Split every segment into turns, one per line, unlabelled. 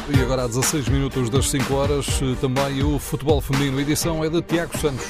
E agora, há 16 minutos das 5 horas, também o futebol feminino. A edição é de Tiago Santos.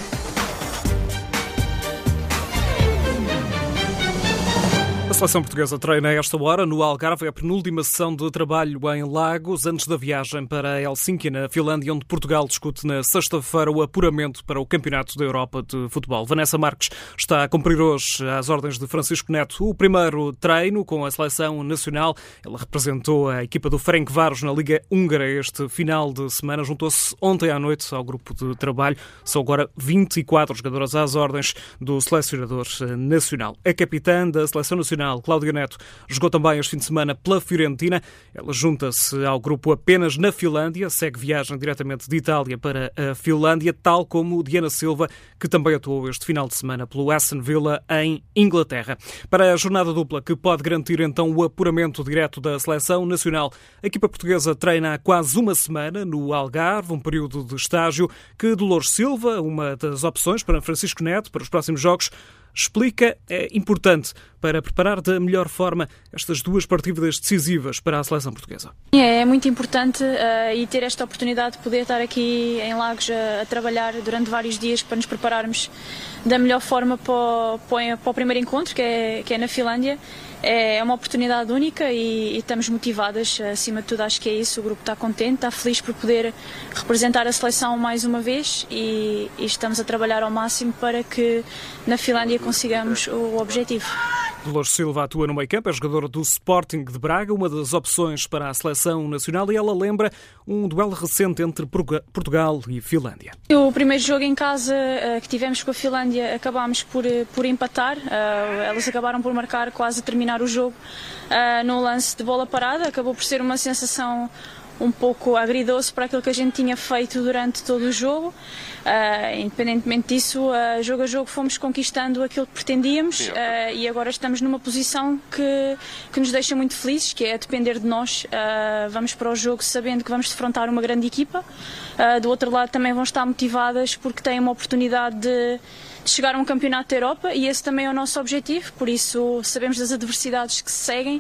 A seleção portuguesa treina a esta hora no Algarve. É a penúltima sessão de trabalho em Lagos, antes da viagem para Helsínquia, na Finlândia, onde Portugal discute na sexta-feira o apuramento para o Campeonato da Europa de Futebol. Vanessa Marques está a cumprir hoje, às ordens de Francisco Neto, o primeiro treino com a seleção nacional. Ela representou a equipa do Ferencváros na Liga Húngara este final de semana. Juntou-se ontem à noite ao grupo de trabalho. São agora 24 jogadoras às ordens do selecionador nacional. A capitã da seleção nacional, Cláudia Neto, jogou também este fim de semana pela Fiorentina. Ela junta-se ao grupo apenas na Finlândia, segue viagem diretamente de Itália para a Finlândia, tal como Diana Silva, que também atuou este final de semana pelo Aston Villa em Inglaterra. Para a jornada dupla, que pode garantir então o apuramento direto da seleção nacional, a equipa portuguesa treina há quase uma semana no Algarve, um período de estágio que Dolores Silva, uma das opções para Francisco Neto para os próximos jogos, explica, é importante para preparar da melhor forma estas duas partidas decisivas para a seleção portuguesa.
É muito importante e ter esta oportunidade de poder estar aqui em Lagos a trabalhar durante vários dias para nos prepararmos da melhor forma para o primeiro encontro, que é na Finlândia. É uma oportunidade única e estamos motivadas, acima de tudo acho que é isso. O grupo está contente, está feliz por poder representar a seleção mais uma vez e estamos a trabalhar ao máximo para que na Finlândia consigamos o objetivo.
Dolores Silva atua no meio-campo, é jogadora do Sporting de Braga, uma das opções para a seleção nacional, e ela lembra um duelo recente entre Portugal e Finlândia.
O primeiro jogo em casa que tivemos com a Finlândia acabámos por empatar. Elas acabaram por marcar quase a terminar o jogo num lance de bola parada. Acabou por ser uma sensação um pouco agridoce para aquilo que a gente tinha feito durante todo o jogo. Independentemente disso, jogo a jogo fomos conquistando aquilo que pretendíamos e agora estamos numa posição que nos deixa muito felizes, que é depender de nós. Vamos para o jogo sabendo que vamos defrontar uma grande equipa. Do outro lado também vão estar motivadas porque têm uma oportunidade de chegar a um campeonato da Europa e esse também é o nosso objetivo, por isso sabemos das adversidades que se seguem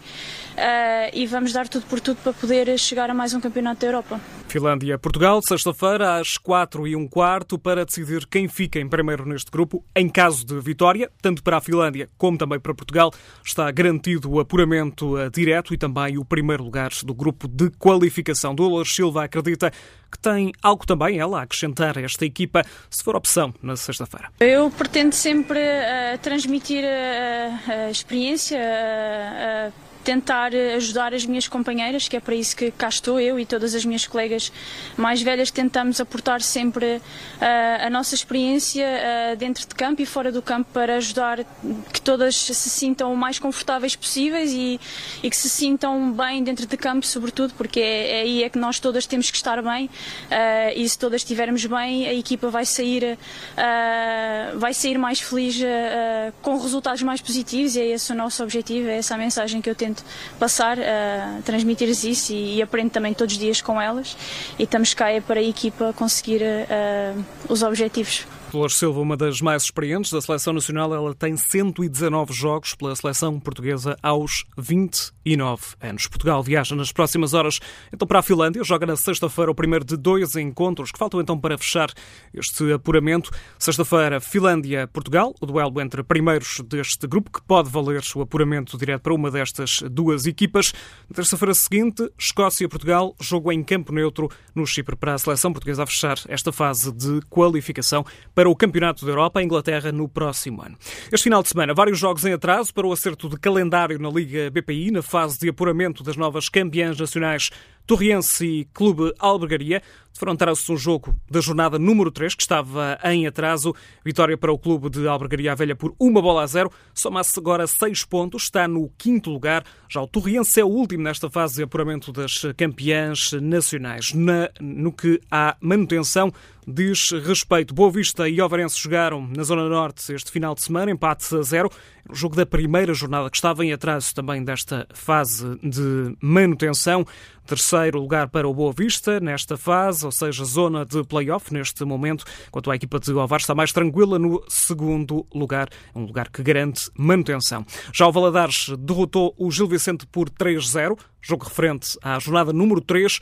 e vamos dar tudo por tudo para poder chegar a mais um campeonato da Europa.
Finlândia-Portugal, sexta-feira às 4h15 para decidir quem fica em primeiro neste grupo. Em caso de vitória, tanto para a Finlândia como também para Portugal, está garantido o apuramento direto e também o primeiro lugar do grupo de qualificação. Dolores Silva acredita que tem algo também ela a acrescentar a esta equipa, se for opção, na sexta-feira.
Eu pretendo sempre transmitir a experiência, tentar ajudar as minhas companheiras, que é para isso que cá estou eu e todas as minhas colegas mais velhas. Tentamos aportar sempre a nossa experiência dentro de campo e fora do campo para ajudar que todas se sintam o mais confortáveis possíveis e que se sintam bem dentro de campo, sobretudo, porque aí é que nós todas temos que estar bem e se todas estivermos bem, a equipa vai sair mais feliz com resultados mais positivos e é esse o nosso objetivo, é essa a mensagem que eu tento passar, transmitir-lhes isso e aprendo também todos os dias com elas e estamos cá para a equipa conseguir os objetivos.
Dolores Silva, uma das mais experientes da seleção nacional, ela tem 119 jogos pela seleção portuguesa aos 29 anos. Portugal viaja nas próximas horas então para a Finlândia, joga na sexta-feira o primeiro de 2 encontros que faltam então para fechar este apuramento. Sexta-feira, Finlândia-Portugal, o duelo entre primeiros deste grupo que pode valer o apuramento direto para uma destas duas equipas. Na terça-feira seguinte, Escócia-Portugal, jogo em campo neutro no Chipre para a seleção portuguesa a fechar esta fase de qualificação para o Campeonato da Europa em Inglaterra no próximo ano. Este final de semana, vários jogos em atraso para o acerto de calendário na Liga BPI, na fase de apuramento das novas campeãs nacionais Torriense e Clube Albergaria. Defrontaram-se um jogo da jornada número 3, que estava em atraso. Vitória para o Clube de Albergaria à Velha por 1-0. Soma-se agora 6 pontos, está no 5º lugar. Já o Torriense é o último nesta fase de apuramento das campeãs nacionais. No que há manutenção diz respeito, Boa Vista e Ovarense jogaram na Zona Norte este final de semana, empate a 0. O jogo da primeira jornada que estava em atraso também desta fase de manutenção. Terceiro lugar para o Boa Vista nesta fase, ou seja, zona de play-off neste momento, enquanto a equipa de Ovar está mais tranquila no segundo lugar, um lugar que garante manutenção. Já o Valadares derrotou o Gil Vicente por 3-0, jogo referente à jornada número 3.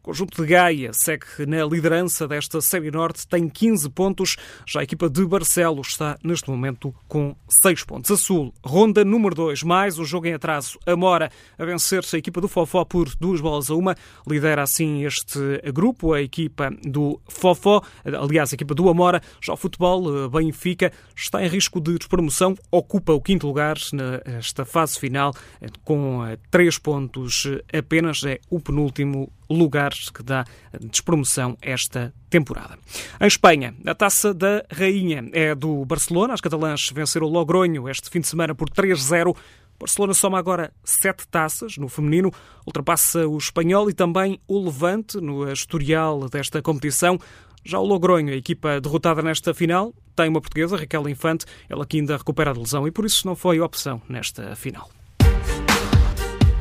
conjunto de Gaia segue na liderança desta Série Norte, tem 15 pontos. Já a equipa de Barcelos está neste momento com 6 pontos. A Sul, ronda número 2, mais um jogo em atraso. Amora a vencer a equipa do Fofó por 2-1. Lidera assim este grupo, a equipa do Fofó, aliás, a equipa do Amora. Já o futebol, Benfica, está em risco de despromoção, ocupa o 5º lugar nesta fase final com 3 pontos apenas, é o penúltimo lugar que dá despromoção esta temporada. Em Espanha, a Taça da Rainha é do Barcelona. As catalãs venceram o Logronho este fim de semana por 3-0. Barcelona soma agora 7 taças no feminino, ultrapassa o Espanhol e também o Levante no historial desta competição. Já o Logronho, a equipa derrotada nesta final, tem uma portuguesa, Raquel Infante, ela que ainda recupera a lesão e por isso não foi opção nesta final.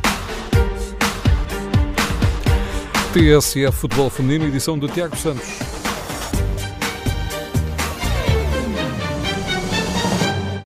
TSF Futebol Feminino, edição de Tiago Santos.